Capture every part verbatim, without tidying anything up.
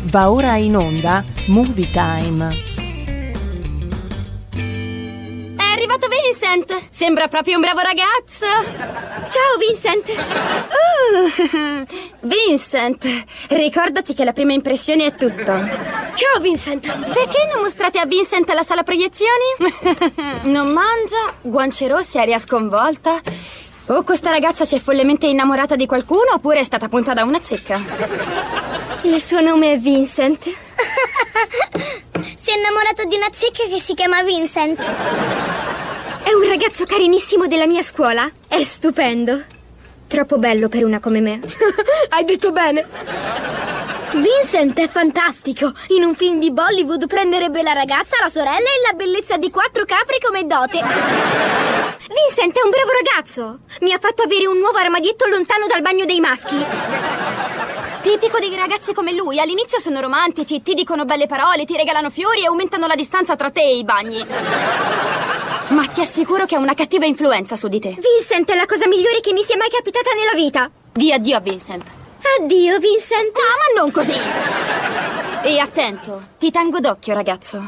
Va ora in onda Movie Time. È arrivato Vincent! Sembra proprio un bravo ragazzo! Ciao Vincent! Uh, Vincent, ricordati che la prima impressione è tutto. Ciao Vincent! Perché non mostrate a Vincent la sala proiezioni? Non mangia, guance rosse, aria sconvolta. O questa ragazza si è follemente innamorata di qualcuno oppure è stata punta da una zecca. Il suo nome è Vincent. Si è innamorato di una zecca che si chiama Vincent. È un ragazzo carinissimo della mia scuola. È stupendo. Troppo bello per una come me. Hai detto bene. Vincent è fantastico. In un film di Bollywood prenderebbe la ragazza, la sorella e la bellezza di quattro capri come dote. Vincent è un bravo ragazzo. Mi ha fatto avere un nuovo armadietto lontano dal bagno dei maschi. Tipico di ragazzi come lui. All'inizio sono romantici, ti dicono belle parole, ti regalano fiori e aumentano la distanza tra te e i bagni. Ma ti assicuro che ha una cattiva influenza su di te. Vincent è la cosa migliore che mi sia mai capitata nella vita. Di addio a Vincent. Addio, Vincent. No, ma non così. E attento, ti tengo d'occhio, ragazzo.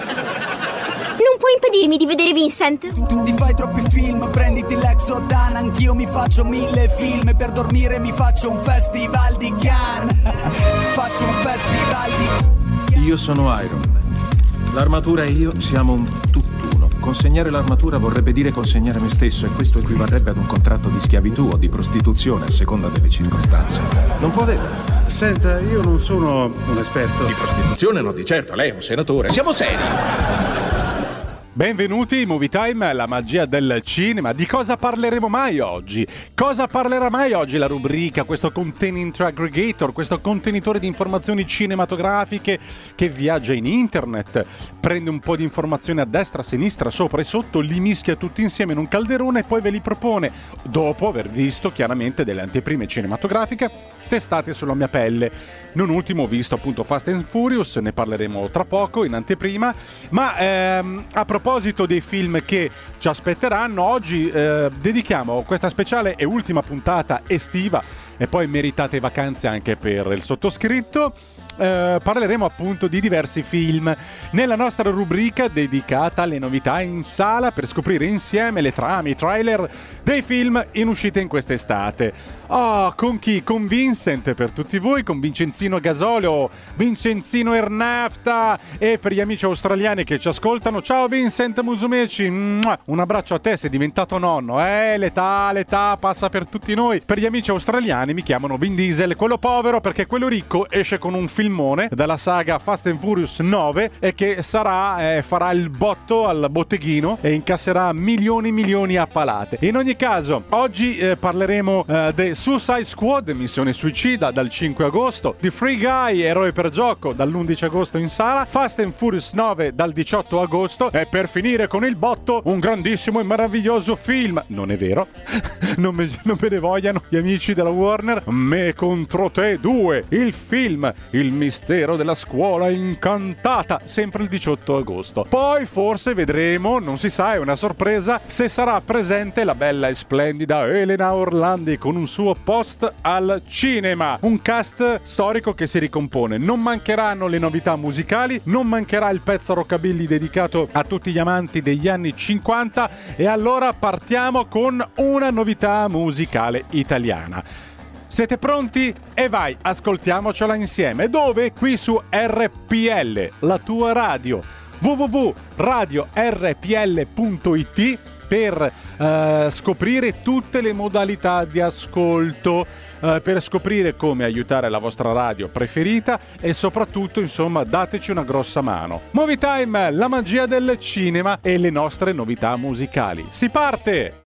Non puoi impedirmi di vedere Vincent. Tu ti fai troppi film, prenditi l'Exodan. Anch'io mi faccio mille film. Per dormire mi faccio un festival di Cannes. Faccio un festival di... Io sono Iron Man. L'armatura e io siamo un tutt'uno. Consegnare l'armatura vorrebbe dire consegnare me stesso, e questo equivarrebbe ad un contratto di schiavitù o di prostituzione a seconda delle circostanze. Non può averlo. Senta, io non sono un esperto. Di prostituzione no, di certo, lei è un senatore. Siamo seri. Benvenuti in Movie Time, la magia del cinema. Di cosa parleremo mai oggi? Cosa parlerà mai oggi la rubrica, questo content aggregator, questo contenitore di informazioni cinematografiche che viaggia in internet, prende un po' di informazioni a destra, a sinistra, sopra e sotto, li mischia tutti insieme in un calderone e poi ve li propone, dopo aver visto chiaramente delle anteprime cinematografiche testate sulla mia pelle. Non ultimo ho visto appunto Fast and Furious, ne parleremo tra poco in anteprima, ma ehm, a proposito dei film che ci aspetteranno, oggi eh, dedichiamo questa speciale e ultima puntata estiva e poi meritate vacanze anche per il sottoscritto. Eh, parleremo appunto di diversi film nella nostra rubrica dedicata alle novità in sala per scoprire insieme le trame, i trailer dei film in uscita in quest'estate. Oh, con chi? Con Vincent per tutti voi, con Vincenzino Gasolio, Vincenzino Ernafta, e per gli amici australiani che ci ascoltano, ciao Vincent Musumeci, un abbraccio a te, sei diventato nonno, eh, l'età, l'età passa per tutti noi. Per gli amici australiani mi chiamano Vin Diesel, quello povero, perché quello ricco esce con un filmone dalla saga Fast and Furious nove e che sarà eh, farà il botto al botteghino e incasserà milioni milioni a palate. In ogni caso, oggi eh, parleremo eh, dei Suicide Squad, missione suicida, dal cinque agosto, di Free Guy, eroe per gioco, dall'undici agosto in sala, Fast and Furious nove dal diciotto agosto e per finire con il botto un grandissimo e meraviglioso film. Non è vero? non, me, non me ne vogliano gli amici della Warner. Me contro te due, il film Il mistero della scuola incantata, sempre il diciotto agosto. Poi forse vedremo, non si sa, è una sorpresa, se sarà presente la bella e splendida Elena Orlandi con un suo post al cinema. Un cast storico che si ricompone. Non mancheranno le novità musicali, non mancherà il pezzo rockabilly dedicato a tutti gli amanti degli anni cinquanta, e allora partiamo con una novità musicale italiana. Siete pronti? E vai, ascoltiamocela insieme. Dove? Qui su R P L, la tua radio. w w w punto radio r p l punto i t per uh, scoprire tutte le modalità di ascolto, uh, per scoprire come aiutare la vostra radio preferita e soprattutto, insomma, dateci una grossa mano. Movie Time, la magia del cinema e le nostre novità musicali. Si parte!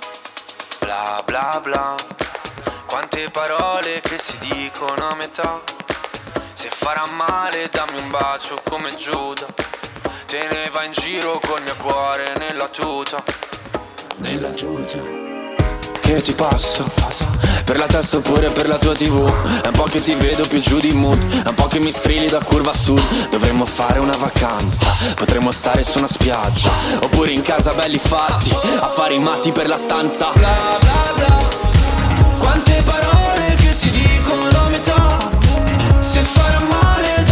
Bla bla bla, quante parole che si dicono a metà. Se farà male dammi un bacio come Giuda. Te ne vai in giro col mio cuore nella tuta. Nella tuta. Che ti passa? Per la testa oppure per la tua tivù? È un po' che ti vedo più giù di mood, è un po' che mi strilli da curva sud. Dovremmo fare una vacanza, potremmo stare su una spiaggia, oppure in casa belli fatti, a fare i matti per la stanza. Bla bla bla, quante parole che si dicono a metà. Se farà male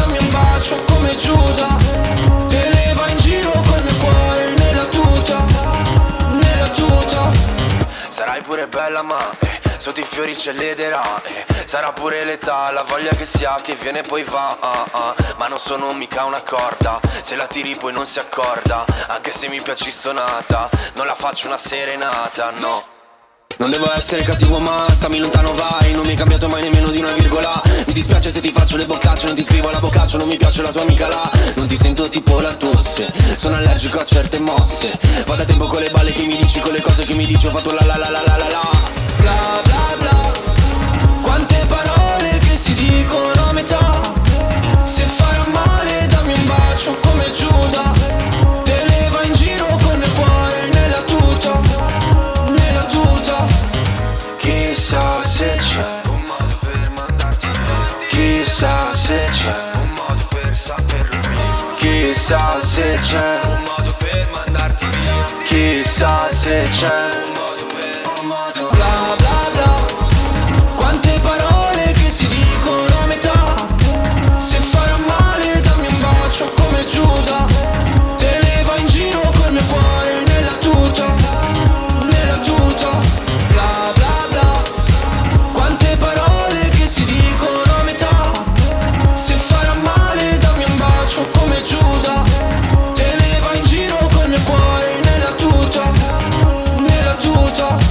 bella ma eh, sotto i fiori c'è l'edera eh, sarà pure l'età, la voglia che si ha che viene poi va ah, ah. Ma non sono mica una corda, se la tiri poi non si accorda. Anche se mi piaci stonata, non la faccio una serenata, no. Non devo essere cattivo ma stammi lontano vai. Non mi hai cambiato mai nemmeno di una virgola. Mi dispiace se ti faccio le boccacce, non ti scrivo alla boccaccio, non mi piace la tua amica là. Non ti sento tipo la tosse, sono allergico a certe mosse. Vado a tempo con le balle che mi dici, con le cose che mi dici. Ho fatto la la la la la la la. Bla bla bla. Quante parole che si dicono a metà. Se farà male dammi un bacio come Giuda. Te ne vai in giro con il cuore nella tuta, nella tuta. Chissà se c'è un modo per mandarti via. Chissà se c'è un modo per saperlo prima. Chissà se c'è un modo per mandarti via. Chissà se c'è un modo per un modo. Bla bla bla. Quante parole che si dicono a metà. Se farà male dammi un bacio come Giuda. Te ne vai in giro col mio cuore nella tuta, nella tuta. Bla bla bla. Quante parole che si dicono a metà. Se farà male dammi un bacio come Giuda. Te ne vai in giro col mio cuore nella tuta, nella tuta.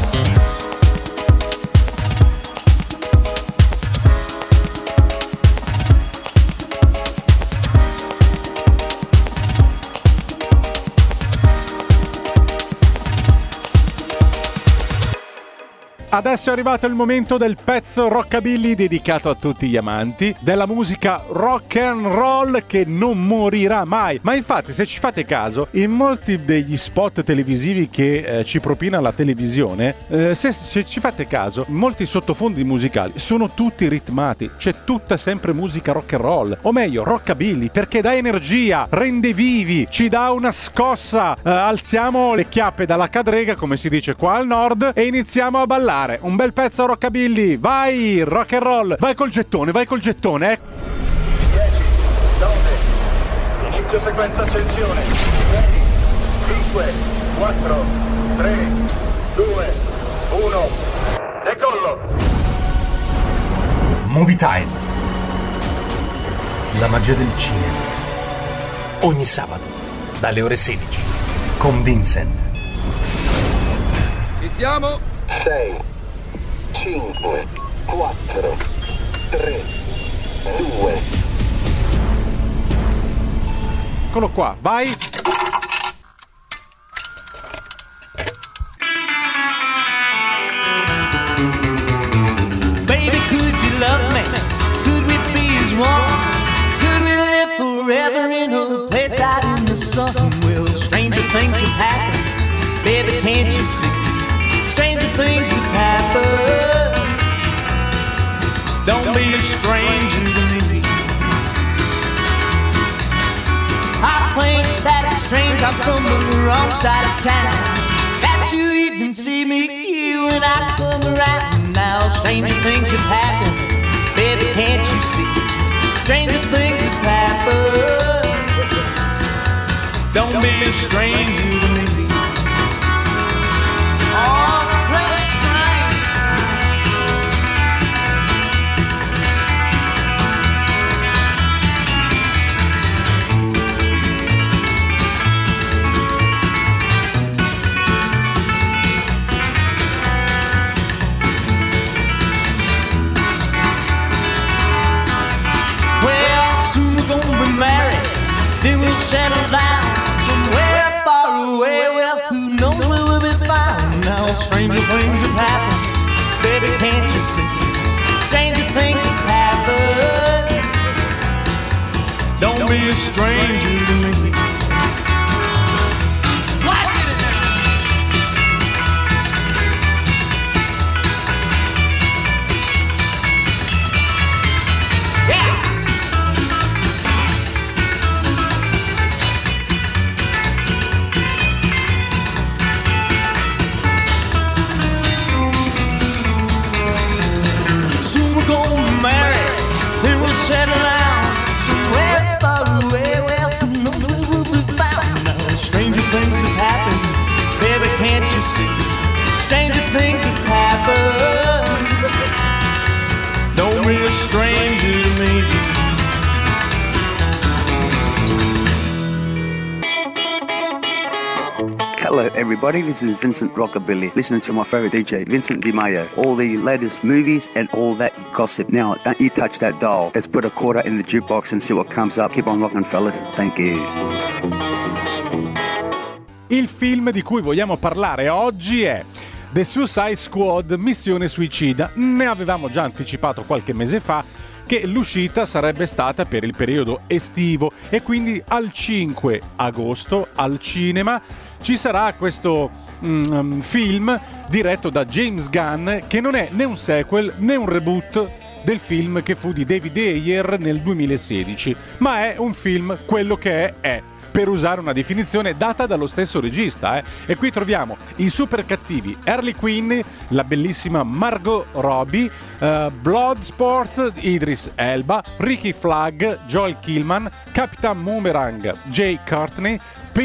Adesso è arrivato il momento del pezzo rockabilly dedicato a tutti gli amanti della musica rock and roll che non morirà mai. Ma infatti, se ci fate caso, in molti degli spot televisivi che eh, ci propina la televisione, eh, se, se ci fate caso, molti sottofondi musicali sono tutti ritmati, c'è tutta sempre musica rock and roll, o meglio rockabilly, perché dà energia, rende vivi, ci dà una scossa, eh, alziamo le chiappe dalla cadrega, come si dice qua al nord, e iniziamo a ballare. Un bel pezzo rockabilly, vai, rock and roll, vai col gettone, vai col gettone, eh. dieci, nove, inizio sequenza accensione, sei, cinque, quattro, tre, due, uno, decollo. Movie Time, la magia del cinema, ogni sabato dalle ore sedici con Vincent. Ci siamo? sei, cinque, quattro, tre, due. Eccolo qua, vai. Baby, could you love me? Could we be as one? Could we live forever in a place out in the sun? Well, stranger things have happened. Baby, can't you see? Stranger things have happened. Don't be a stranger to me. I think that it's strange I'm from the wrong side of town, that you even see me here when I come around. Now stranger things have happened. Baby, can't you see? Stranger things have happened. Don't be a stranger to me. Oh, really strange. Well, soon we're gonna be married, then we'll settle down somewhere far away. Well, who knows where we'll be found? Now stranger things have happened. Baby, can't you see? Stranger things have happened. Don't be a stranger to me. What? Get it now. Yeah. Soon we're gonna be married, then we'll settle down somewhere far away. Well, who Don't be a stranger to me. Hello everybody, this is Vincent Rockabilly, listening to my favourite D J, Vincent Di Maio. All the latest movies and all that gossip. Now, don't you touch that dial. Let's put a quarter in the jukebox and see what comes up. Keep on rocking, fellas. Thank you. Il film di cui vogliamo parlare oggi è The Suicide Squad, Missione Suicida. Ne avevamo già anticipato qualche mese fa che l'uscita sarebbe stata per il periodo estivo e quindi al cinque agosto al cinema ci sarà questo mm, film diretto da James Gunn, che non è né un sequel né un reboot del film che fu di David Ayer nel duemilasedici, ma è un film quello che è, è per usare una definizione data dallo stesso regista. Eh. E qui troviamo i super cattivi Harley Quinn, la bellissima Margot Robbie, uh, Bloodsport, Idris Elba, Ricky Flagg, Joel Killman, Capitan Boomerang, Jay Courtney,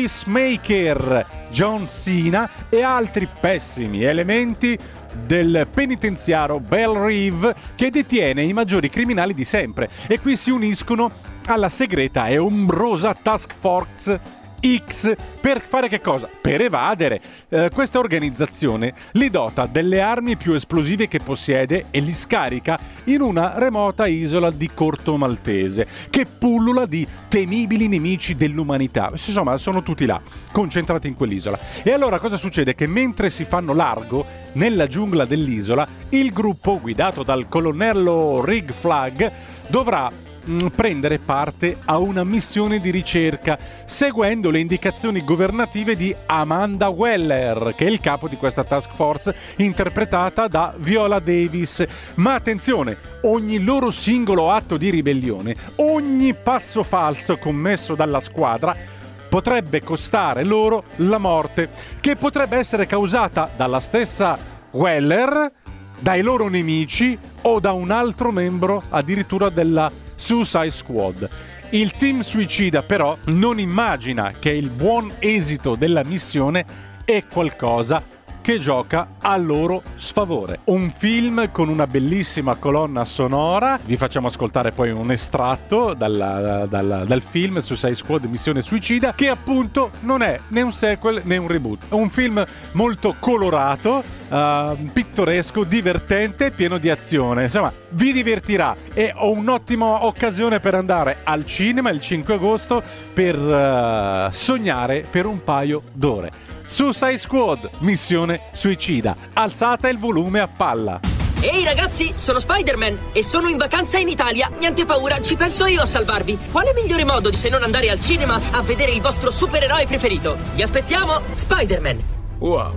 Peacemaker, John Cena e altri pessimi elementi del penitenziario Belle Reve, che detiene i maggiori criminali di sempre, e qui si uniscono alla segreta e ombrosa Task Force X per fare che cosa? Per evadere. Eh, questa organizzazione li dota delle armi più esplosive che possiede e li scarica in una remota isola di Corto Maltese che pullula di temibili nemici dell'umanità. Insomma, sono tutti là, concentrati in quell'isola. E allora cosa succede? Che mentre si fanno largo nella giungla dell'isola, il gruppo guidato dal colonnello Rick Flagg dovrà prendere parte a una missione di ricerca seguendo le indicazioni governative di Amanda Weller, che è il capo di questa task force, interpretata da Viola Davis. Ma attenzione, ogni loro singolo atto di ribellione, ogni passo falso commesso dalla squadra potrebbe costare loro la morte, che potrebbe essere causata dalla stessa Weller, dai loro nemici o da un altro membro addirittura della Suicide Squad. Il team suicida però non immagina che il buon esito della missione è qualcosa che gioca a loro sfavore. Un film con una bellissima colonna sonora. Vi facciamo ascoltare poi un estratto dalla, dalla, dal film Suicide Squad Missione Suicida, che appunto non è né un sequel né un reboot. È un film molto colorato, uh, pittoresco, divertente, pieno di azione. Insomma, vi divertirà e ho un'ottima occasione per andare al cinema il cinque agosto per uh, sognare per un paio d'ore. Suicide Squad, Missione Suicida. Alzate il volume a palla. Ehi ragazzi, sono Spider-Man e sono in vacanza in Italia. Niente paura, ci penso io a salvarvi. Quale migliore modo di se non andare al cinema a vedere il vostro supereroe preferito? Vi aspettiamo, Spider-Man. Wow.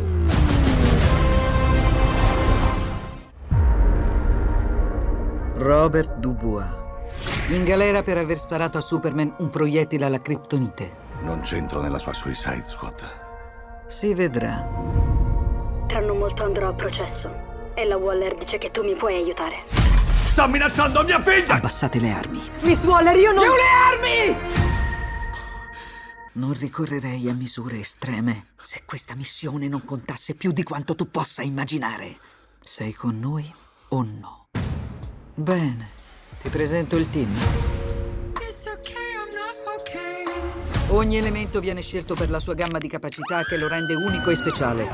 Robert Dubois, in galera per aver sparato a Superman un proiettile alla criptonite. Non c'entro nella sua Suicide Squad. Si vedrà. Tra non molto andrò a processo e la Waller dice che tu mi puoi aiutare. Sta minacciando mia figlia! Abbassate le armi. Miss Waller, io non... Giù le armi! Non ricorrerei a misure estreme se questa missione non contasse più di quanto tu possa immaginare. Sei con noi o no? Bene, ti presento il team. Ogni elemento viene scelto per la sua gamma di capacità che lo rende unico e speciale.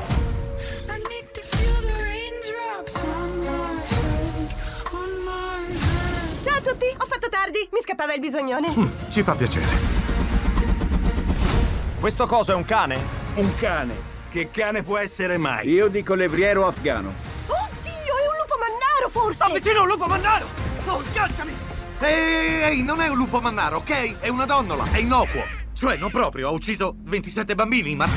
Ciao a tutti, ho fatto tardi, mi scappava il bisognone. Mm, ci fa piacere. Questo coso è un cane? Un cane? Che cane può essere mai? Io dico levriero afgano. Oddio, è un lupo mannaro forse! Sto vicino a un lupo mannaro! Oh, schiacciami! Ehi, ehi, ehi, non è un lupo mannaro, ok? È una donnola, è innocuo. Cioè, non proprio, ha ucciso ventisette bambini, ma...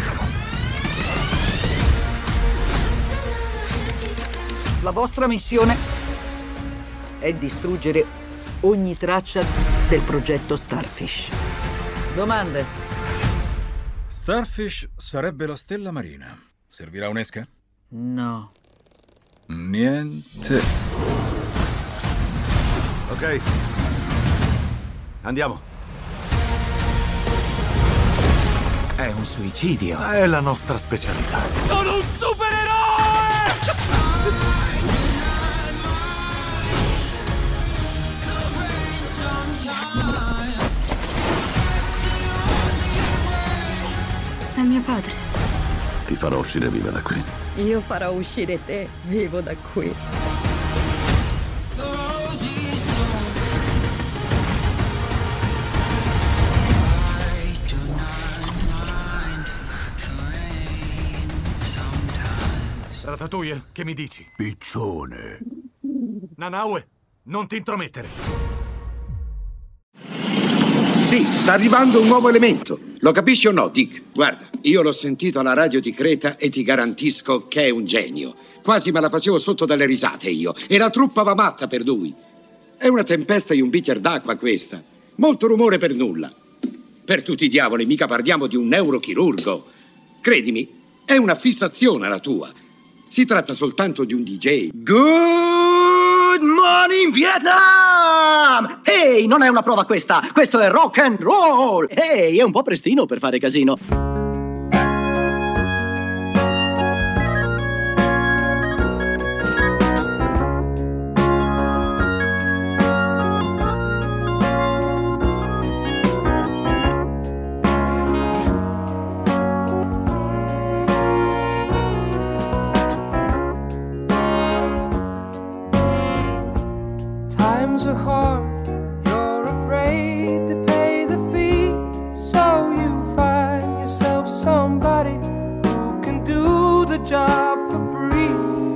La vostra missione è distruggere ogni traccia del progetto Starfish. Domande? Starfish sarebbe la stella marina. Servirà un'esca? No. Niente. Ok. Andiamo. È un suicidio. È la nostra specialità. Sono un supereroe! padre. Ti farò uscire viva da qui. Io farò uscire te vivo da qui. Ratatouille, che mi dici? Piccione. Nanaue, non ti intromettere. Sì, sta arrivando un nuovo elemento. Lo capisci o no, Dick? Guarda, io l'ho sentito alla radio di Creta e ti garantisco che è un genio. Quasi me la facevo sotto dalle risate io. E la truppa va matta per lui. È una tempesta in un bicchier d'acqua questa. Molto rumore per nulla. Per tutti i diavoli, mica parliamo di un neurochirurgo. Credimi, è una fissazione la tua. Si tratta soltanto di un D J. Good morning Vietnam! Ehi, non è una prova questa, questo è rock and roll! Ehi, è un po' prestino per fare casino. Times are hard, you're afraid to pay the fee, so you find yourself somebody who can do the job for free.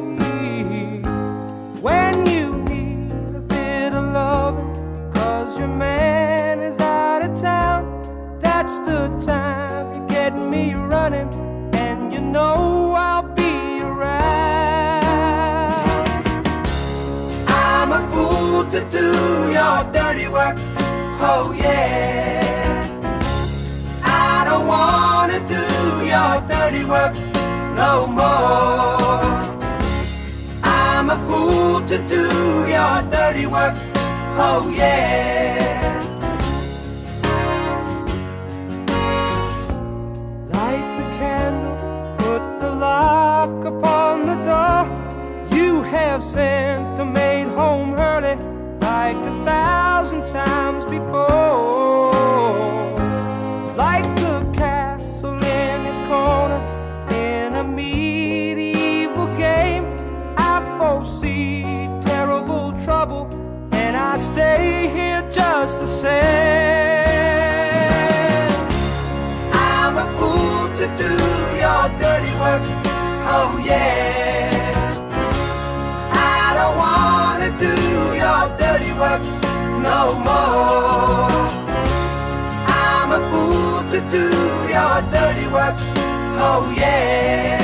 When you need a bit of loving, cause your man is out of town, that's the time you get me running, and you know I'll be around. I'm a fool to do your dirty work, oh yeah. I don't wanna do your dirty work no more. I'm a fool to do your dirty work, oh yeah. Light the candle, put the lock upon the door. You have sent the maid home early like a thousand times before. Like the castle in his corner in a medieval game, I foresee terrible trouble and I stay here just the same. I'm a fool to do your dirty work, oh yeah. I don't wanna do your dirty work no more. I'm a fool to do your dirty work, oh yeah.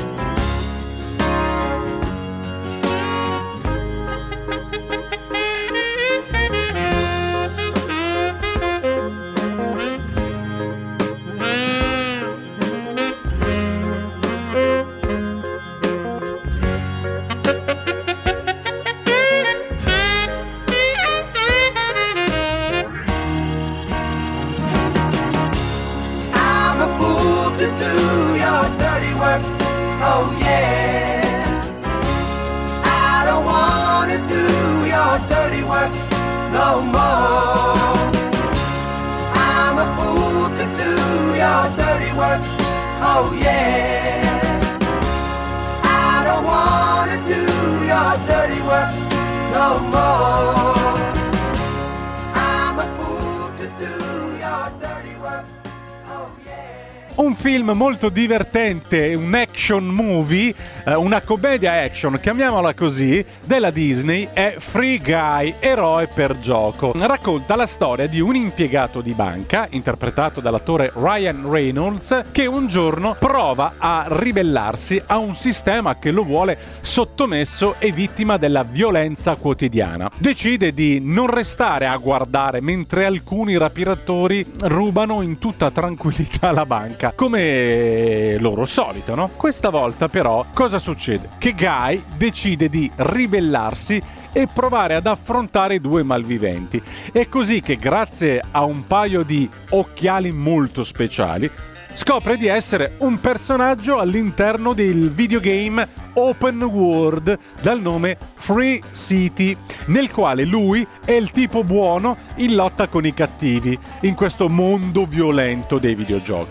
Oh yeah, I don't wanna do your dirty work no more. I'm a fool to do your dirty work, oh yeah. I don't wanna do your dirty work no more. I'm a fool to do your dirty work. Un film molto divertente, un action movie, eh, una commedia action, chiamiamola così, della Disney, è Free Guy, eroe per gioco. Racconta la storia di un impiegato di banca, interpretato dall'attore Ryan Reynolds, che un giorno prova a ribellarsi a un sistema che lo vuole sottomesso e vittima della violenza quotidiana. Decide di non restare a guardare mentre alcuni rapitori rubano in tutta tranquillità la banca, come loro solito, no? Questa volta però cosa succede? Che Guy decide di ribellarsi e provare ad affrontare i due malviventi. È così che, grazie a un paio di occhiali molto speciali, scopre di essere un personaggio all'interno del videogame open world dal nome Free City, nel quale lui è il tipo buono in lotta con i cattivi in questo mondo violento dei videogiochi.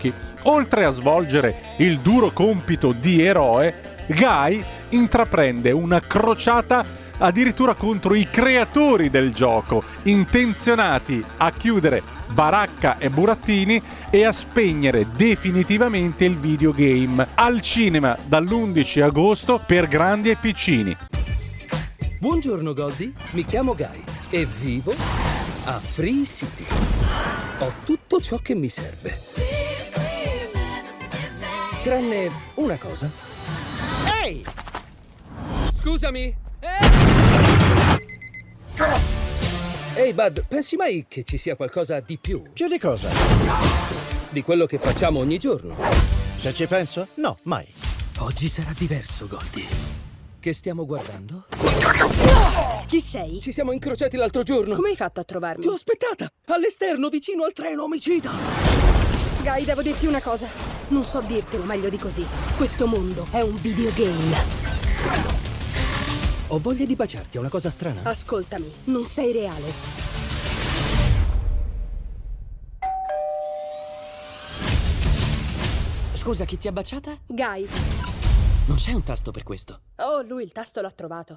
Oltre a svolgere il duro compito di eroe, Guy intraprende una crociata addirittura contro i creatori del gioco, intenzionati a chiudere baracca e burattini e a spegnere definitivamente il videogame. Al cinema dall'undici agosto per grandi e piccini. Buongiorno Goldie, mi chiamo Guy e vivo a Free City. Ho tutto ciò che mi serve. Tranne una cosa. Ehi! Scusami! Ehi Bud, pensi mai che ci sia qualcosa di più? Più di cosa? Di quello che facciamo ogni giorno. Se ci penso, no, mai. Oggi sarà diverso, Goldie. Che stiamo guardando? Chi sei? Ci siamo incrociati l'altro giorno. Come hai fatto a trovarmi? Ti ho aspettata, all'esterno, vicino al treno omicida. Guy, devo dirti una cosa. Non so dirtelo meglio di così. Questo mondo è un videogame. Ho voglia di baciarti, è una cosa strana. Ascoltami, non sei reale. Scusa, chi ti ha baciata? Guy. Non c'è un tasto per questo. Oh, lui il tasto l'ha trovato.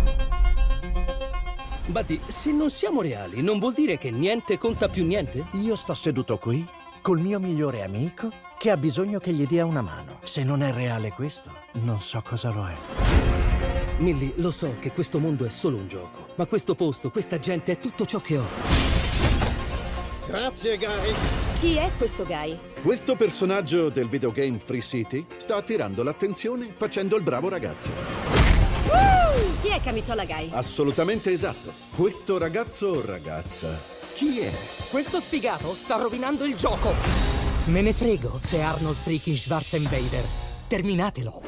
Buddy, se non siamo reali, non vuol dire che niente conta più niente? Io sto seduto qui col mio migliore amico che ha bisogno che gli dia una mano. Se non è reale questo, non so cosa lo è. Millie, lo so che questo mondo è solo un gioco, ma questo posto, questa gente è tutto ciò che ho. Grazie, Guy. Chi è questo Guy? Questo personaggio del videogame Free City sta attirando l'attenzione facendo il bravo ragazzo. Uh! Chi è Camiciola Guy? Assolutamente esatto. Questo ragazzo o ragazza, chi è? Questo sfigato sta rovinando il gioco. Me ne frego se è Arnold freaking Schwarzenegger. Terminatelo.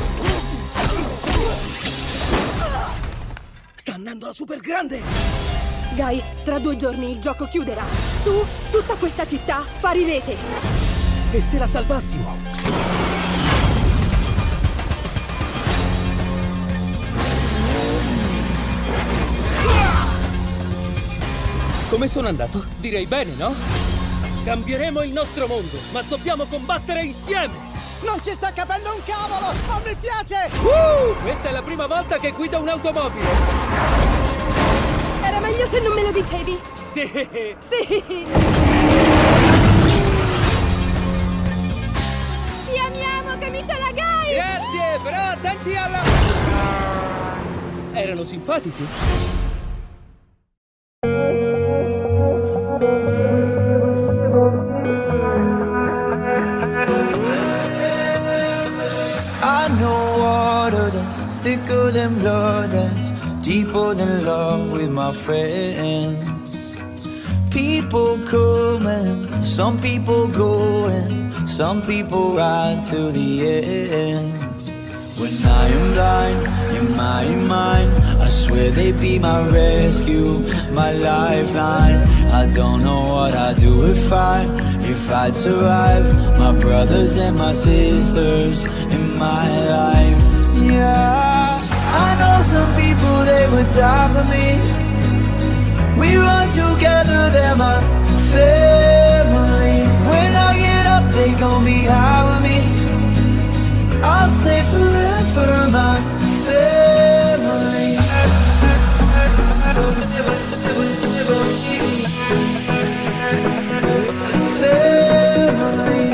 Sta andando la super grande! Guy, tra due giorni il gioco chiuderà. Tu, tutta questa città, sparirete. E se la salvassimo? Come sono andato? Direi bene, no? Cambieremo il nostro mondo, ma dobbiamo combattere insieme! Non ci sta capendo un cavolo! Non mi piace! Uh, questa è la prima volta che guido un'automobile! Era meglio se non me lo dicevi! Sì! Sì! Ti amiamo, Camiciola Guy! Grazie, però attenti alla... Erano simpatici? Thicker than blood, that's deeper than love with my friends. People coming, some people going, some people ride to the end. When I am blind in my mind, I swear they'd be my rescue, my lifeline. I don't know what I'd do if I, if I'd survive. My brothers and my sisters in my life. Yeah, I know some people, they would die for me. We run together, they're my family. When I get up, they gon' be high with me. I'll say forever, my family. Family.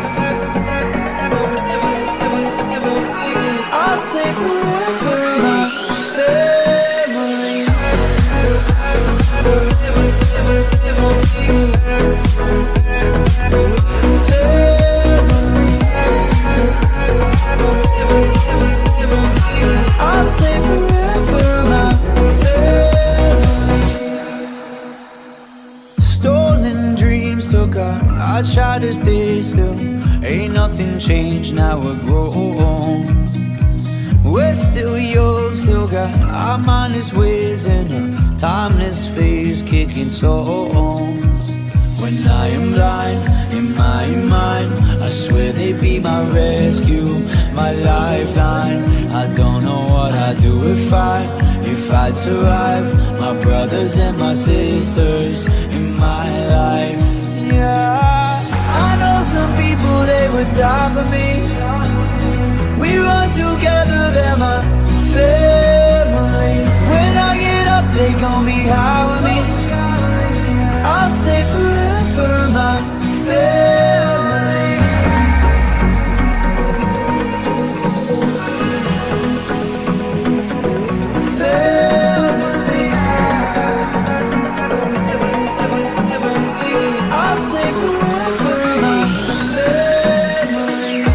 I'll say forever, my family. I'll say forever, my family. Stolen dreams took our, I try to stay still. Ain't nothing changed, now we're grown. We're still young, still got our mindless ways in a timeless phase, kicking stones. When I am blind in my mind, I swear they'd be my rescue, my lifeline. I don't know what I'd do if I, if I'd survive. My brothers and my sisters in my life. Yeah, I know some people that would die for me. We run together, they're my family. When I get up, they gon' be high with me. I'll say forever, my family. Family. I'll say forever, my family.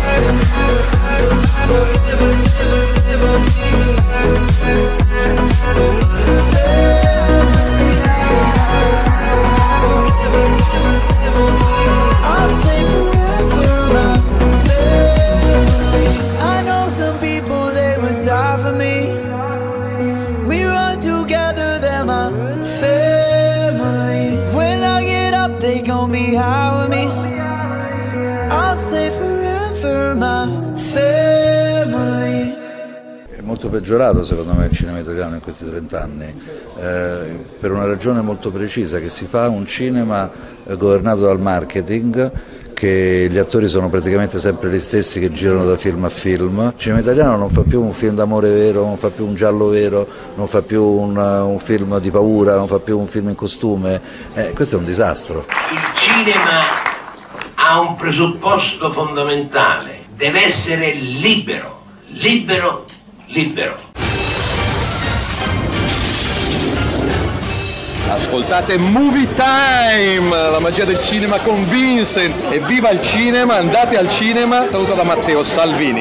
I'll say forever, my family. I know some people, they would die for me. We run together, they're my family. When I get up, they gon' be high with me. I'll say forever, my family. È molto peggiorato secondo me il cinema italiano in questi trent'anni, eh, per una ragione molto precisa, che si fa un cinema eh, governato dal marketing, che gli attori sono praticamente sempre gli stessi che girano da film a film. Il cinema italiano non fa più un film d'amore vero, non fa più un giallo vero, non fa più un, un film di paura, non fa più un film in costume, eh, questo è un disastro. Il cinema ha un presupposto fondamentale, deve essere libero, libero, libero. Ascoltate Movie Time, la magia del cinema con Vincent. Evviva il cinema, andate al cinema. Saluto da Matteo Salvini.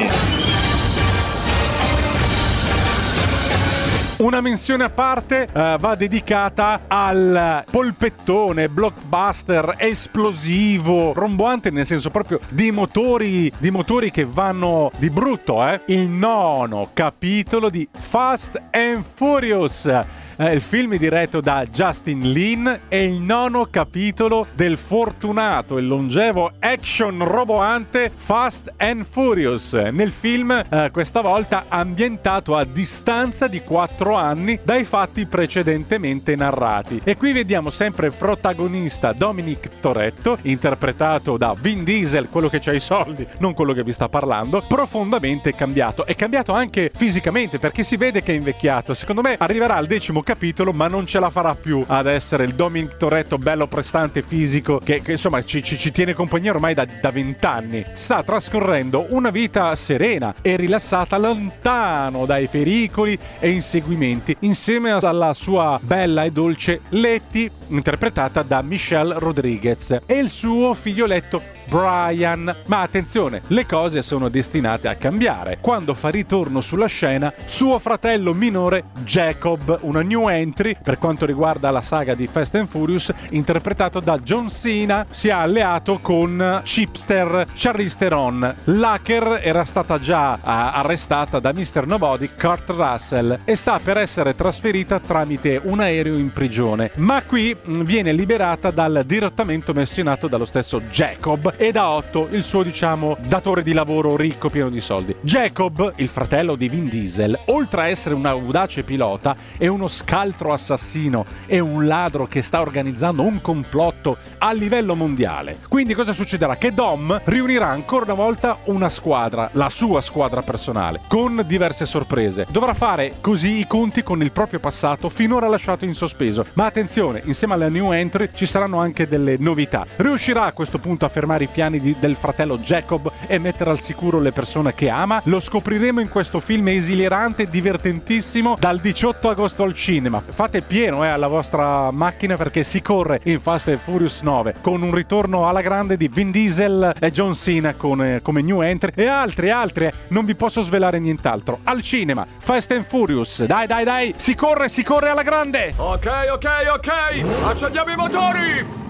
Una menzione a parte uh, va dedicata al polpettone, blockbuster, esplosivo, romboante, nel senso proprio di motori, di motori che vanno di brutto, eh? Il nono capitolo di Fast and Furious. Eh, il film è diretto da Justin Lin, è il nono capitolo del fortunato e longevo action roboante Fast and Furious. Nel film, eh, questa volta ambientato a distanza di quattro anni dai fatti precedentemente narrati. E qui vediamo sempre protagonista Dominic Toretto, interpretato da Vin Diesel, quello che c'ha i soldi, non quello che vi sta parlando, profondamente cambiato. È cambiato anche fisicamente, perché si vede che è invecchiato. Secondo me arriverà al decimo capitolo, ma non ce la farà più ad essere il Dominic Toretto bello prestante fisico che, che insomma ci, ci, ci tiene compagnia ormai da vent'anni. Sta trascorrendo una vita serena e rilassata, lontano dai pericoli e inseguimenti, insieme alla sua bella e dolce Letty, interpretata da Michelle Rodriguez, e il suo figlioletto Brian. Ma attenzione, le cose sono destinate a cambiare quando fa ritorno sulla scena suo fratello minore Jacob, una new entry per quanto riguarda la saga di Fast and Furious, interpretato da John Cena. Si è alleato con Chipster Charlize Theron. L'hacker era stata già uh, arrestata da mister Nobody Kurt Russell e sta per essere trasferita tramite un aereo in prigione, ma qui mh, viene liberata dal dirottamento menzionato dallo stesso Jacob e da Otto, il suo diciamo datore di lavoro ricco pieno di soldi. Jacob, il fratello di Vin Diesel, oltre a essere un audace pilota, è uno scaltro assassino e un ladro che sta organizzando un complotto a livello mondiale. Quindi cosa succederà? Che Dom riunirà ancora una volta una squadra, la sua squadra personale, con diverse sorprese. Dovrà fare così i conti con il proprio passato finora lasciato in sospeso. Ma attenzione, insieme alla new entry ci saranno anche delle novità. Riuscirà a questo punto a fermare i piani di, del fratello Jacob e mettere al sicuro le persone che ama? Lo scopriremo in questo film esilerante e divertentissimo dal diciotto agosto al cinema. Fate pieno eh, alla vostra macchina, perché si corre in Fast and Furious nove con un ritorno alla grande di Vin Diesel e John Cena con, eh, come new entry e altri altri. Non vi posso svelare nient'altro. Al cinema Fast and Furious, dai dai dai, si corre si corre alla grande. Ok ok ok, accendiamo i motori.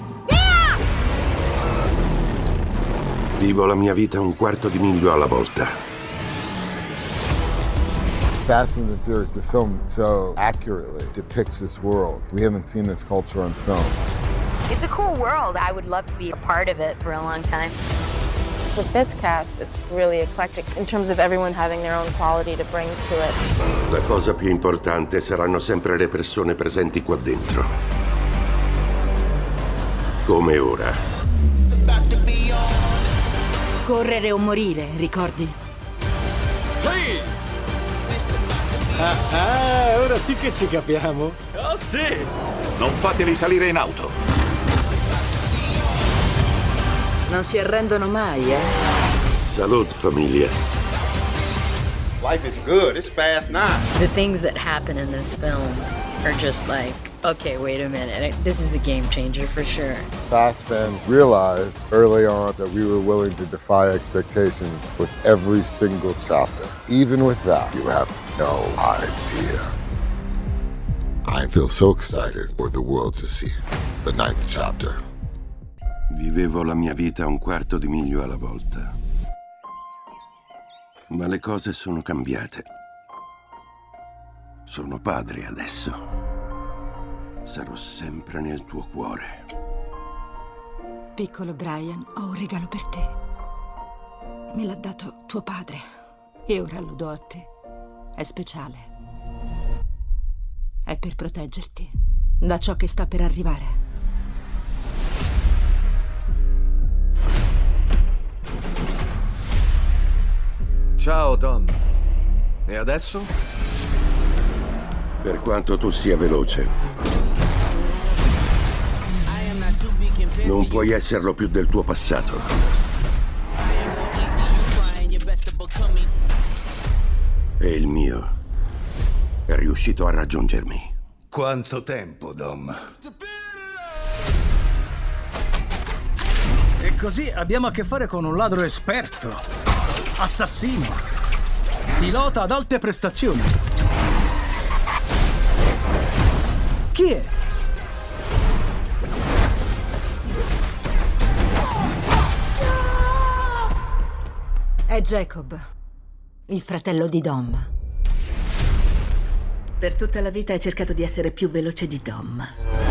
Vivo la mia vita un quarto di miglio alla volta. Fast and the Furious, the film so accurately depicts this world. We haven't seen this culture on film. It's a cool world. I would love to be a part of it for a long time. With this cast, it's really eclectic in terms of everyone having their own quality to bring to it. La cosa più importante saranno sempre le persone presenti qua dentro. Come ora. Correre o morire, ricordi? Sì! Ah, ah, ora sì che ci capiamo. Oh sì! Non fateli salire in auto. Non si arrendono mai, eh? Salute, famiglia. Life is good. It's fast now. The things that happen in this film are just like, okay, wait a minute. This is a game changer for sure. Fast fans realized early on that we were willing to defy expectations with every single chapter. Even with that, you have no idea. I feel so excited for the world to see the ninth chapter. Vivevo la mia vita un quarto di miglio alla volta. Ma le cose sono cambiate. Sono padre adesso. Sarò sempre nel tuo cuore. Piccolo Brian, ho un regalo per te. Me l'ha dato tuo padre e ora lo do a te. È speciale. È per proteggerti da ciò che sta per arrivare. Ciao, Dom. E adesso? Per quanto tu sia veloce, non puoi esserlo più del tuo passato. E il mio è riuscito a raggiungermi. Quanto tempo, Dom? E così abbiamo a che fare con un ladro esperto, assassino, pilota ad alte prestazioni. Chi è? È Jacob, il fratello di Dom. Per tutta la vita hai cercato di essere più veloce di Dom.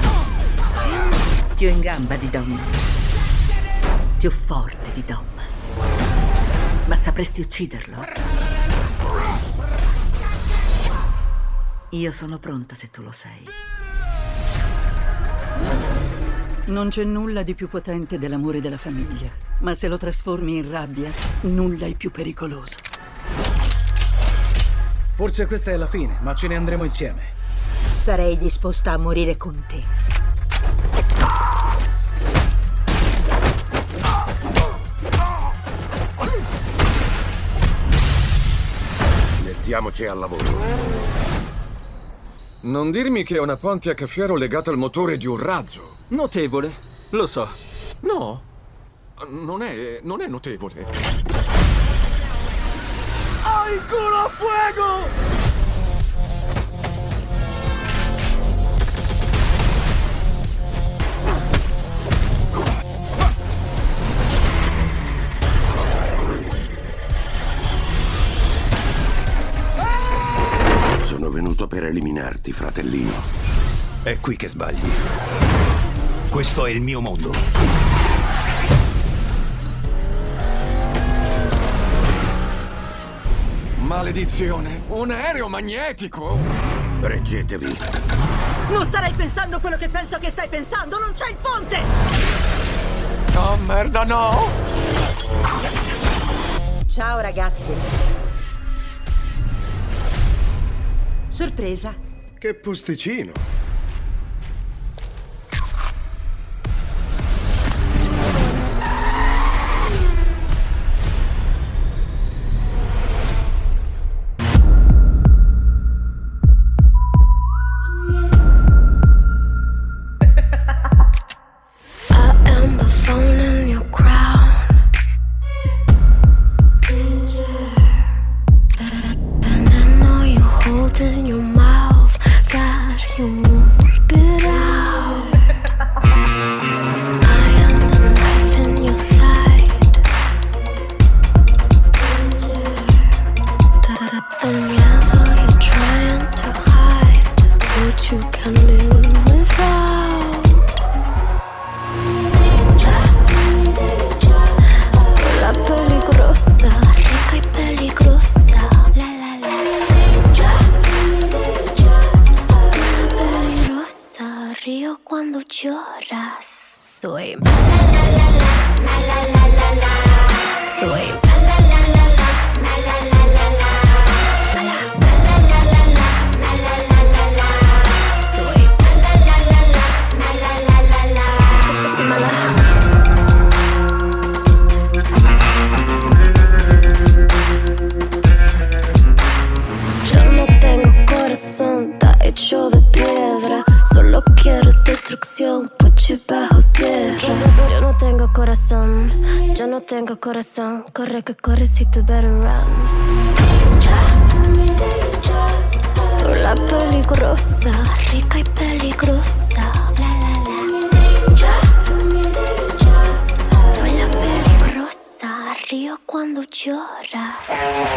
Più in gamba di Dom. Più forte di Dom. Ma sapresti ucciderlo? Io sono pronta se tu lo sei. Non c'è nulla di più potente dell'amore della famiglia, ma se lo trasformi in rabbia, nulla è più pericoloso. Forse questa è la fine, ma ce ne andremo insieme. Sarei disposta a morire con te. Mettiamoci al lavoro. Non dirmi che è una ponte a caffiero legata al motore di un razzo. Notevole, lo so. No, non è, non è notevole. Ho il culo a fuoco! Sono venuto per eliminarti, fratellino. È qui che sbagli. Questo è il mio mondo. Maledizione! Un aereo magnetico! Reggetevi. Non starei pensando quello che penso che stai pensando! Non c'è il ponte! Oh, merda, no! Ciao, ragazzi. Sorpresa. Che posticino. Soy Soy Está hecho de piedra, solo quiero destrucción, puche bajo tierra. Yo no tengo corazón, yo no tengo corazón. Corre que corre si tú better run. Danger, danger. Soy la peligrosa, rica y peligrosa. La la la. Danger, danger. Soy la peligrosa, río cuando lloras.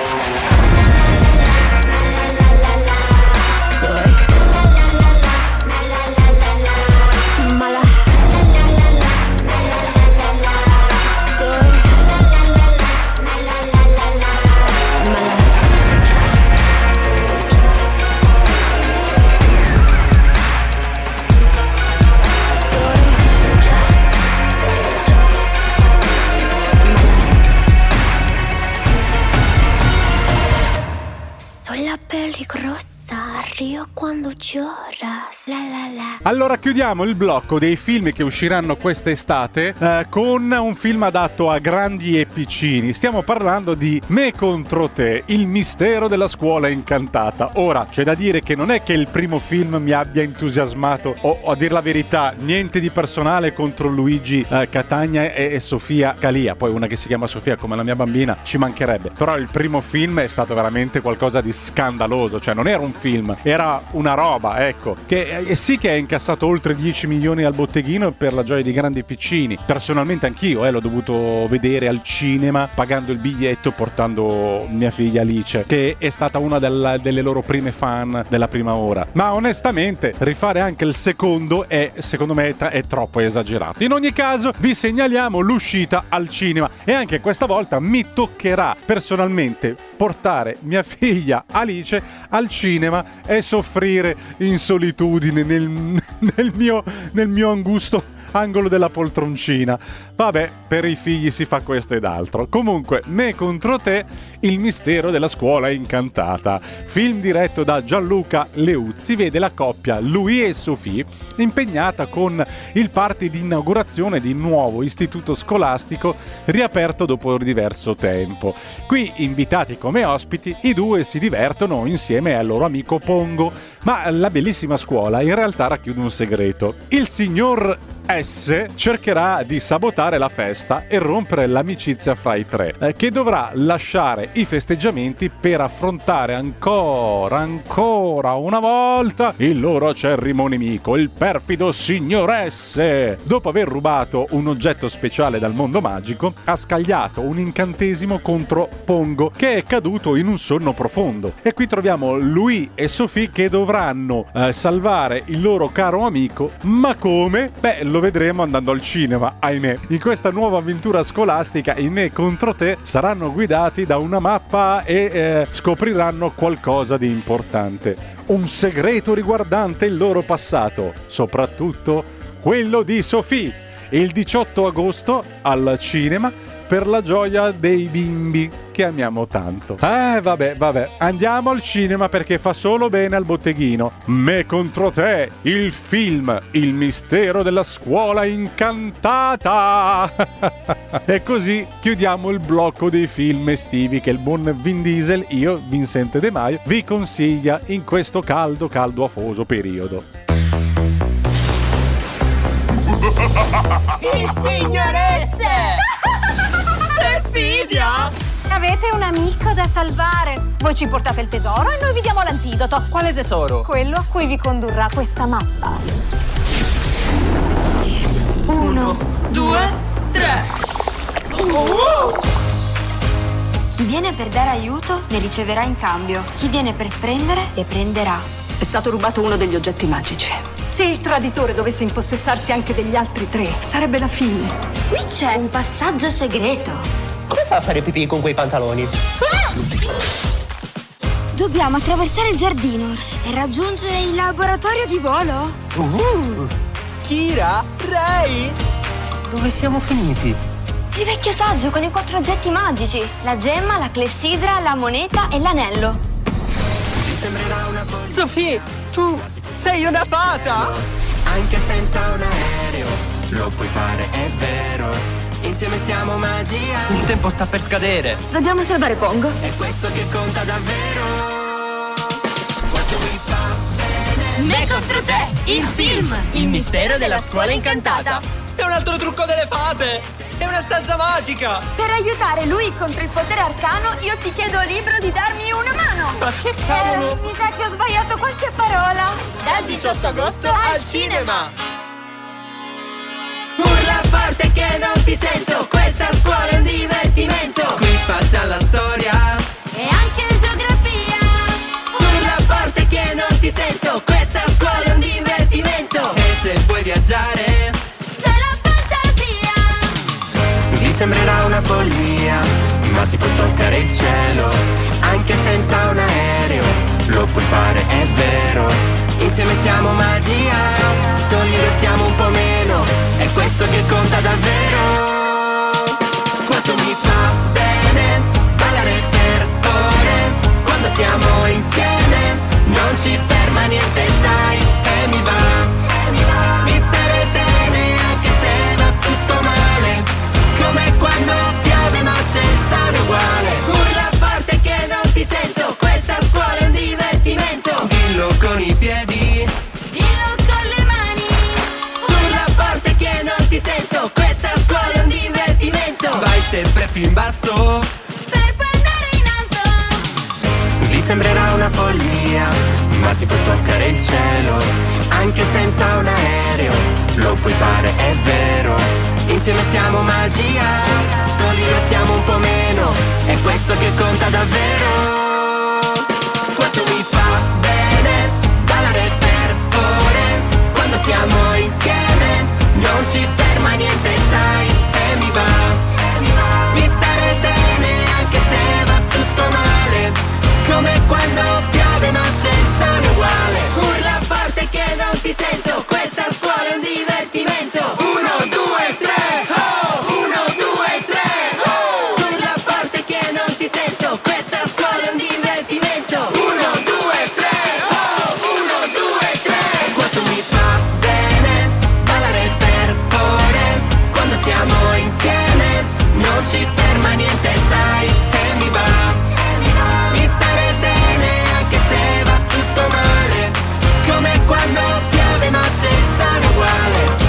Peligrosa, río quando lloras. La la la. Allora chiudiamo il blocco dei film che usciranno quest'estate eh, con un film adatto a grandi e piccini. Stiamo parlando di Me contro te, il mistero della scuola incantata. Ora, c'è da dire che non è che il primo film mi abbia entusiasmato, o, o a dir la verità, niente di personale contro Luigi eh, Catania e, e Sofia Calia, poi una che si chiama Sofia come la mia bambina, ci mancherebbe. Però il primo film è stato veramente qualcosa di scandaloso, cioè non era un film, era una roba, ecco, che eh, sì che ha incassato oltre dieci milioni al botteghino per la gioia di grandi e piccini. Personalmente anch'io eh, l'ho dovuto vedere al cinema pagando il biglietto, portando mia figlia Alice, che è stata una della, delle loro prime fan della prima ora. Ma onestamente rifare anche il secondo è, secondo me, è troppo esagerato. In ogni caso vi segnaliamo l'uscita al cinema e anche questa volta mi toccherà personalmente portare mia figlia Alice al cinema e soffrire in solitudine nel, nel mio nel mio angusto angolo della poltroncina. Vabbè, per i figli si fa questo ed altro. Comunque, Me contro te, il mistero della scuola incantata. Film diretto da Gianluca Leuzzi, vede la coppia Louis e Sophie impegnata con il party di inaugurazione di un nuovo istituto scolastico riaperto dopo diverso tempo. Qui, invitati come ospiti, i due si divertono insieme al loro amico Pongo, ma la bellissima scuola in realtà racchiude un segreto. Il signor S cercherà di sabotare la festa e rompere l'amicizia fra i tre, eh, che dovrà lasciare i festeggiamenti per affrontare ancora, ancora una volta il loro acerrimo nemico, il perfido signor S. Dopo aver rubato un oggetto speciale dal mondo magico, ha scagliato un incantesimo contro Pongo, che è caduto in un sonno profondo. E qui troviamo Louis e Sophie che dovranno eh, salvare il loro caro amico, ma come? Beh, lo vedremo andando al cinema, ahimè. In questa nuova avventura scolastica i Me contro te saranno guidati da una mappa e eh, scopriranno qualcosa di importante, un segreto riguardante il loro passato, soprattutto quello di Sophie, il diciotto agosto al cinema per la gioia dei bimbi che amiamo tanto. Eh vabbè vabbè, andiamo al cinema perché fa solo bene al botteghino. Me contro te, il film, il mistero della scuola incantata. E così chiudiamo il blocco dei film estivi che il buon Vin Diesel, io Vincente De Maio, vi consiglia in questo caldo caldo afoso periodo. Il signoresse! Perfidia! Avete un amico da salvare. Voi ci portate il tesoro e noi vi diamo l'antidoto. Quale tesoro? Quello a cui vi condurrà questa mappa. Uno, due, tre. Oh! Chi viene per dare aiuto ne riceverà in cambio. Chi viene per prendere ne prenderà. È stato rubato uno degli oggetti magici. Se il traditore dovesse impossessarsi anche degli altri tre, sarebbe la fine. Qui c'è un passaggio segreto. Come fa a fare pipì con quei pantaloni? Ah! Dobbiamo attraversare il giardino e raggiungere il laboratorio di volo. Uh, Kira, Ray, dove siamo finiti? Il vecchio saggio con i quattro oggetti magici. La gemma, la clessidra, la moneta e l'anello. Sophie, tu sei una fata! Anche senza un aereo, lo puoi fare, è vero. Insieme siamo magia. Il tempo sta per scadere. Dobbiamo salvare Pongo. È questo che conta davvero. Quanto mi fa bene. Me contro te, il film. Il mistero della scuola incantata. È un altro trucco delle fate. È una stanza magica. Per aiutare lui contro il potere arcano, io ti chiedo libero di darmi una mano. Ma che cavolo? Eh, mi sa che ho sbagliato qualche parola. Dal diciotto agosto al cinema. Urla forte che non ti sento. Questa scuola è un divertimento. Qui faccia la storia e anche geografia. Urla forte che non ti sento. Questa scuola è un divertimento. E se vuoi viaggiare c'è la fantasia. Vi sembrerà una follia, ma si può toccare il cielo anche senza un aereo. Lo puoi fare, è vero. Insieme siamo magia, soli lo siamo un po' meno. È questo che conta davvero. Quanto mi fa bene ballare per ore. Quando siamo insieme non ci ferma niente, sai. E mi va, e mi va. Mi stare bene anche se va tutto male. Come quando piove ma c'è il sole uguale. Urla forte che non ti sento. Questa scuola è un divertimento. Dillo con i piedi, dillo con le mani. Urla forte che non ti sento. Questa scuola è un divertimento. Vai sempre più in basso per poi andare in alto. Vi sembrerà una follia, ma si può toccare il cielo anche senza un aereo. Lo puoi fare, è vero. Insieme siamo magia, soli lo siamo un po' meno. È questo che conta davvero. Quanto mi fa bene ballare per ore. Quando siamo insieme non ci ferma niente, sai. E mi va, e mi va. Mi stare bene anche se va tutto male. Come quando piove ma c'è il sole uguale. Urla forte che non ti sento. Questa scuola è un divertimento. Uno, due, tre, oh! Uno, due, tre, oh! Urla forte che non ti sento. Questa scuola è un divertimento. Uno, due, tre, oh! Uno, due, tre. Quanto mi fa bene ballare per ore. Quando siamo insieme non ci ferma niente, sai. E mi va, e mi va. Mi stare bene anche se va tutto male. Come quando piove ma c'è il sole uguale.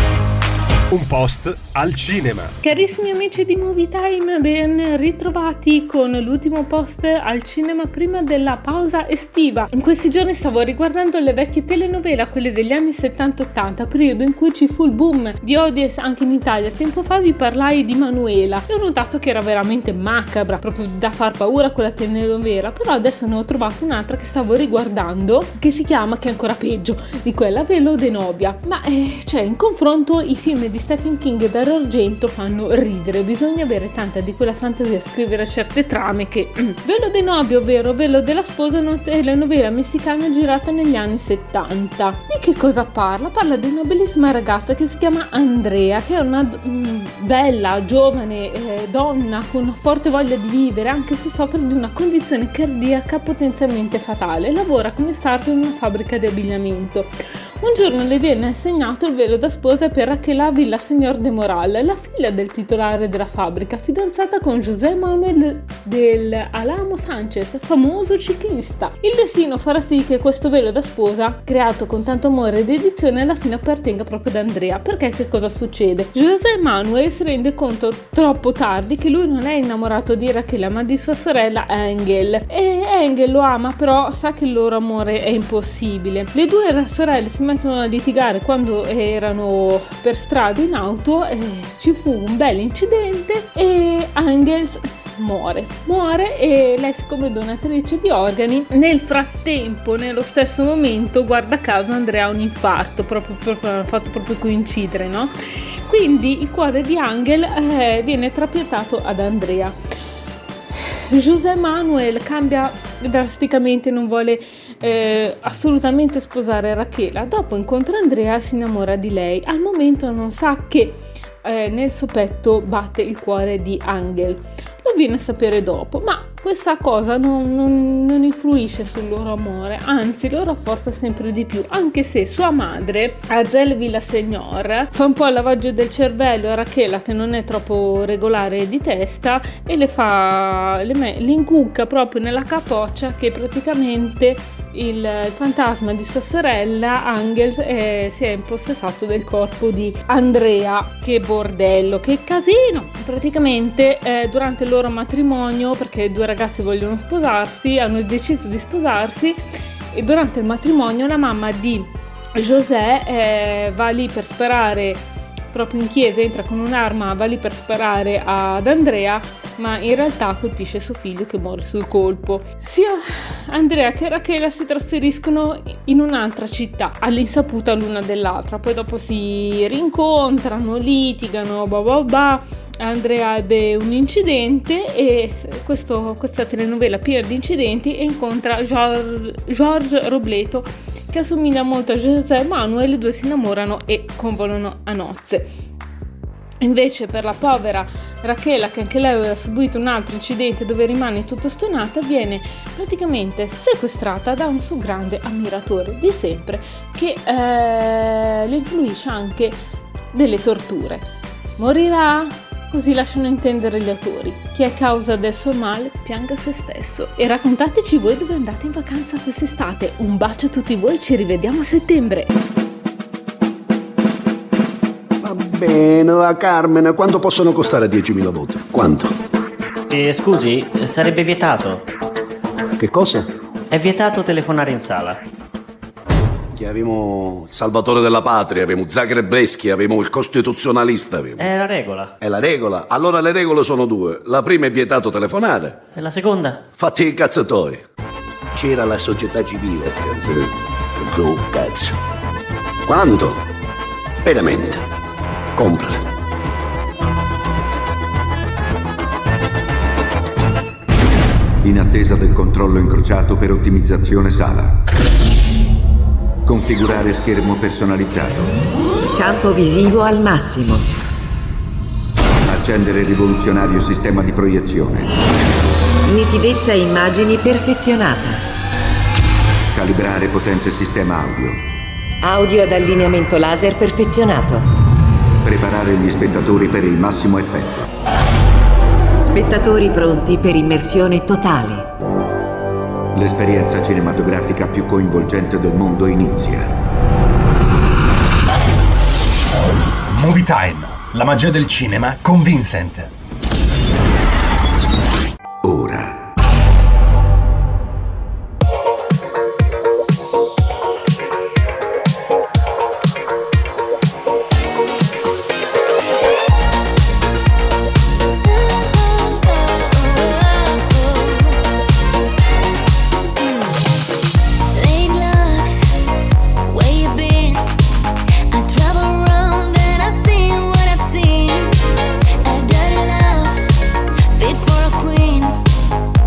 Un post al cinema. Carissimi amici di Movie Time, ben ritrovati con l'ultimo post al cinema prima della pausa estiva. In questi giorni stavo riguardando le vecchie telenovela, quelle degli anni settanta ottanta, periodo in cui ci fu il boom di audience anche in Italia. Tempo fa vi parlai di Manuela e ho notato che era veramente macabra, proprio da far paura quella telenovela, però adesso ne ho trovato un'altra che stavo riguardando che si chiama, che è ancora peggio di quella, Velo de Novia. Ma eh, cioè in confronto i film di Stephen King e Dario Argento fanno ridere, bisogna avere tanta di quella fantasia a scrivere certe trame che Velo de Novia, ovvero Velo della sposa, è una telenovela messicana girata negli anni settanta. Di che cosa parla? Parla di una bellissima ragazza che si chiama Andrea, che è una mh, bella, giovane eh, donna con una forte voglia di vivere, anche se soffre di una condizione cardiaca potenzialmente fatale. Lavora come sarto in una fabbrica di abbigliamento. Un giorno le viene assegnato il velo da sposa per Raquel Villaseñor de Moral, la figlia del titolare della fabbrica, fidanzata con José Manuel del Alamo Sanchez, famoso ciclista. Il destino farà sì che questo velo da sposa, creato con tanto amore e dedizione, alla fine appartenga proprio ad Andrea. Perché che cosa succede? José Manuel si rende conto troppo tardi che lui non è innamorato di Raquel ma di sua sorella Angel, e Angel lo ama, però sa che il loro amore è impossibile. Le due sorelle si mettono a litigare quando erano per strada in auto, e ci fu un bel incidente e Angel muore muore e lei si scopre donatrice di organi. Nel frattempo, nello stesso momento, guarda caso, Andrea ha un infarto, proprio, proprio hanno fatto proprio coincidere, no? Quindi il cuore di Angel eh, viene trapiantato ad Andrea. José Manuel cambia drasticamente, non vuole eh, assolutamente sposare Raquel. Dopo incontra Andrea e si innamora di lei. Al momento non sa che eh, nel suo petto batte il cuore di Angel. Lo viene a sapere dopo, ma questa cosa non, non, non influisce sul loro amore, anzi lo rafforza sempre di più, anche se sua madre, Azel Villaseñor, fa un po' il lavaggio del cervello a Raquel, che non è troppo regolare di testa, e le fa le, me, le incucca proprio nella capoccia che praticamente il, il fantasma di sua sorella Angel eh, si è impossessato del corpo di Andrea. Che bordello, che casino! Praticamente eh, durante il loro matrimonio, perché i due ragazzi vogliono sposarsi, hanno deciso di sposarsi, e durante il matrimonio la mamma di José eh, va lì per sparare proprio in chiesa, entra con un'arma, va lì per sparare ad Andrea, ma in realtà colpisce suo figlio che muore sul colpo. Sia Andrea che Raquel si trasferiscono in un'altra città all'insaputa l'una dell'altra, poi dopo si rincontrano, litigano, bah bah bah. Andrea ebbe un incidente e questo, questa telenovela piena di incidenti, e incontra George, George Robleto, che assomiglia molto a José Manuel, e i due si innamorano e convolano a nozze. Invece per la povera Raquel, che anche lei aveva subito un altro incidente dove rimane tutto stonata, viene praticamente sequestrata da un suo grande ammiratore di sempre, che eh, le influisce anche delle torture. Morirà? Così lasciano intendere gli autori. Chi è causa del suo male pianga se stesso. E raccontateci voi dove andate in vacanza quest'estate. Un bacio a tutti voi, ci rivediamo a settembre. Va bene, la Carmen, quanto possono costare diecimila voti? Quanto? Eh, scusi, sarebbe vietato. Che cosa? È vietato telefonare in sala. Che avevamo il salvatore della patria, avevamo Zagrebeschi, avevamo il costituzionalista. Avevamo. È la regola. È la regola? Allora le regole sono due. La prima è vietato telefonare. E la seconda? Fatti i cazzatoi. C'era la società civile. Che cazzo. Quanto? Veramente. Comprale. In attesa del controllo incrociato per ottimizzazione sala. Configurare schermo personalizzato. Campo visivo al massimo. Accendere rivoluzionario sistema di proiezione. Nitidezza immagini perfezionata. Calibrare potente sistema audio. Audio ad allineamento laser perfezionato. Preparare gli spettatori per il massimo effetto. Spettatori pronti per immersione totale. L'esperienza cinematografica più coinvolgente del mondo inizia. Movie Time, la magia del cinema con Vincent. Ora. Fit for a queen.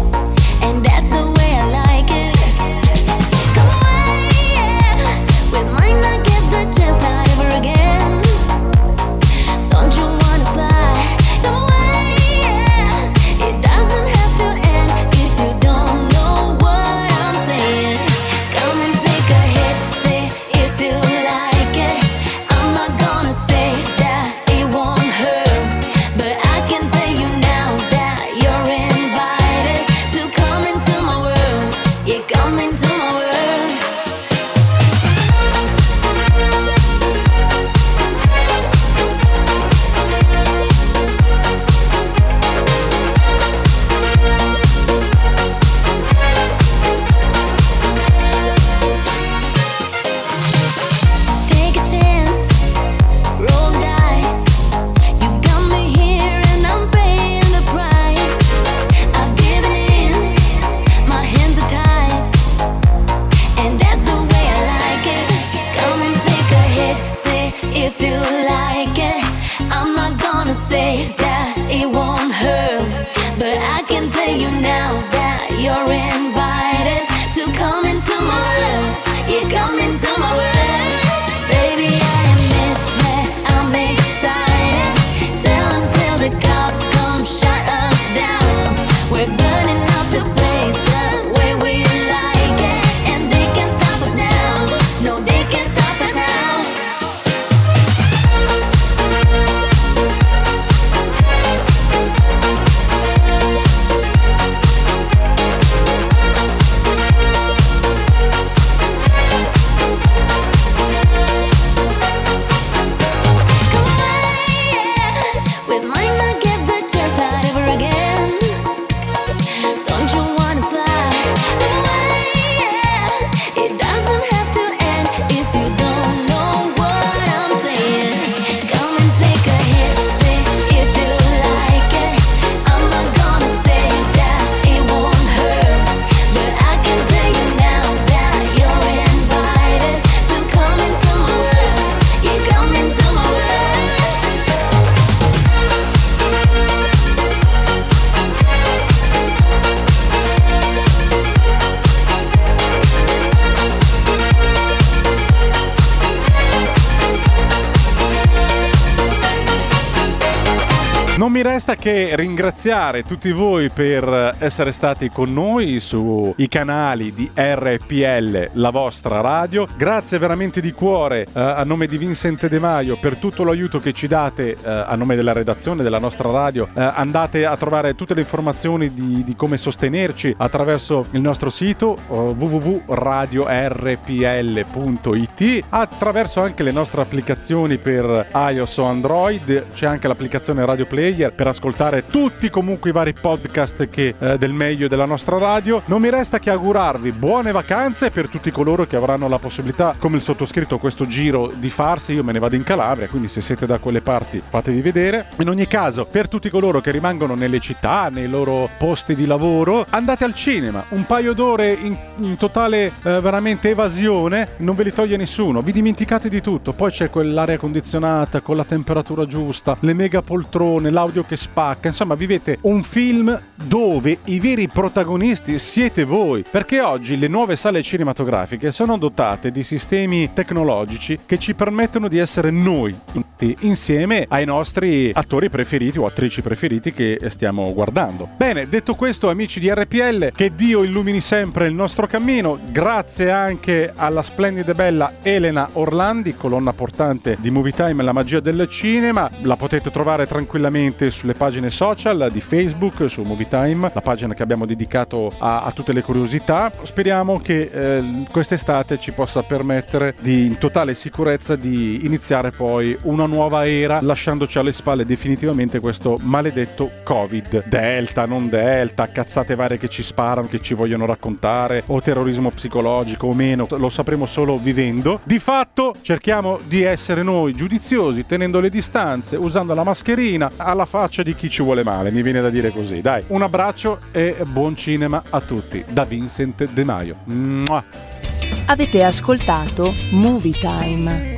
Non mi resta che ringraziare tutti voi per essere stati con noi sui canali di R P L, la vostra radio. Grazie veramente di cuore eh, a nome di Vincent De Maio per tutto l'aiuto che ci date eh, a nome della redazione della nostra radio. Eh, andate a trovare tutte le informazioni di, di come sostenerci attraverso il nostro sito eh, w w w punto radio r p l punto i t, attraverso anche le nostre applicazioni per iOS o Android. C'è anche l'applicazione Radio Player per ascoltare tutti comunque i vari podcast che, eh, del meglio della nostra radio. Non mi resta che augurarvi buone vacanze per tutti coloro che avranno la possibilità, come il sottoscritto, questo giro di farsi. Io me ne vado in Calabria, quindi se siete da quelle parti fatevi vedere. In ogni caso, per tutti coloro che rimangono nelle città, nei loro posti di lavoro, andate al cinema. Un paio d'ore in, in totale eh, veramente evasione, non ve li toglie nessuno, vi dimenticate di tutto. Poi c'è quell'aria condizionata con la temperatura giusta, le mega poltrone, l'audio che spacca. Insomma, vivete un film dove i veri protagonisti siete voi, perché oggi le nuove sale cinematografiche sono dotate di sistemi tecnologici che ci permettono di essere noi insieme ai nostri attori preferiti o attrici preferiti che stiamo guardando. Bene, detto questo, amici di R P L, che Dio illumini sempre il nostro cammino. Grazie anche alla splendida e bella Elena Orlandi, colonna portante di Movie Time, la magia del cinema. La potete trovare tranquillamente sulle pagine social di Facebook, su Movie Time, la pagina che abbiamo dedicato a, a tutte le curiosità. Speriamo che eh, quest'estate ci possa permettere di, in totale sicurezza, di iniziare poi una nuova era, lasciandoci alle spalle definitivamente questo maledetto Covid. Delta, non Delta, cazzate varie che ci sparano, che ci vogliono raccontare, o terrorismo psicologico o meno, lo sapremo solo vivendo. Di fatto cerchiamo di essere noi giudiziosi, tenendo le distanze, usando la mascherina, alla faccia di chi ci vuole male, mi viene da dire così. Dai, un abbraccio e buon cinema a tutti da Vincent De Maio. Mua. Avete ascoltato Movie Time.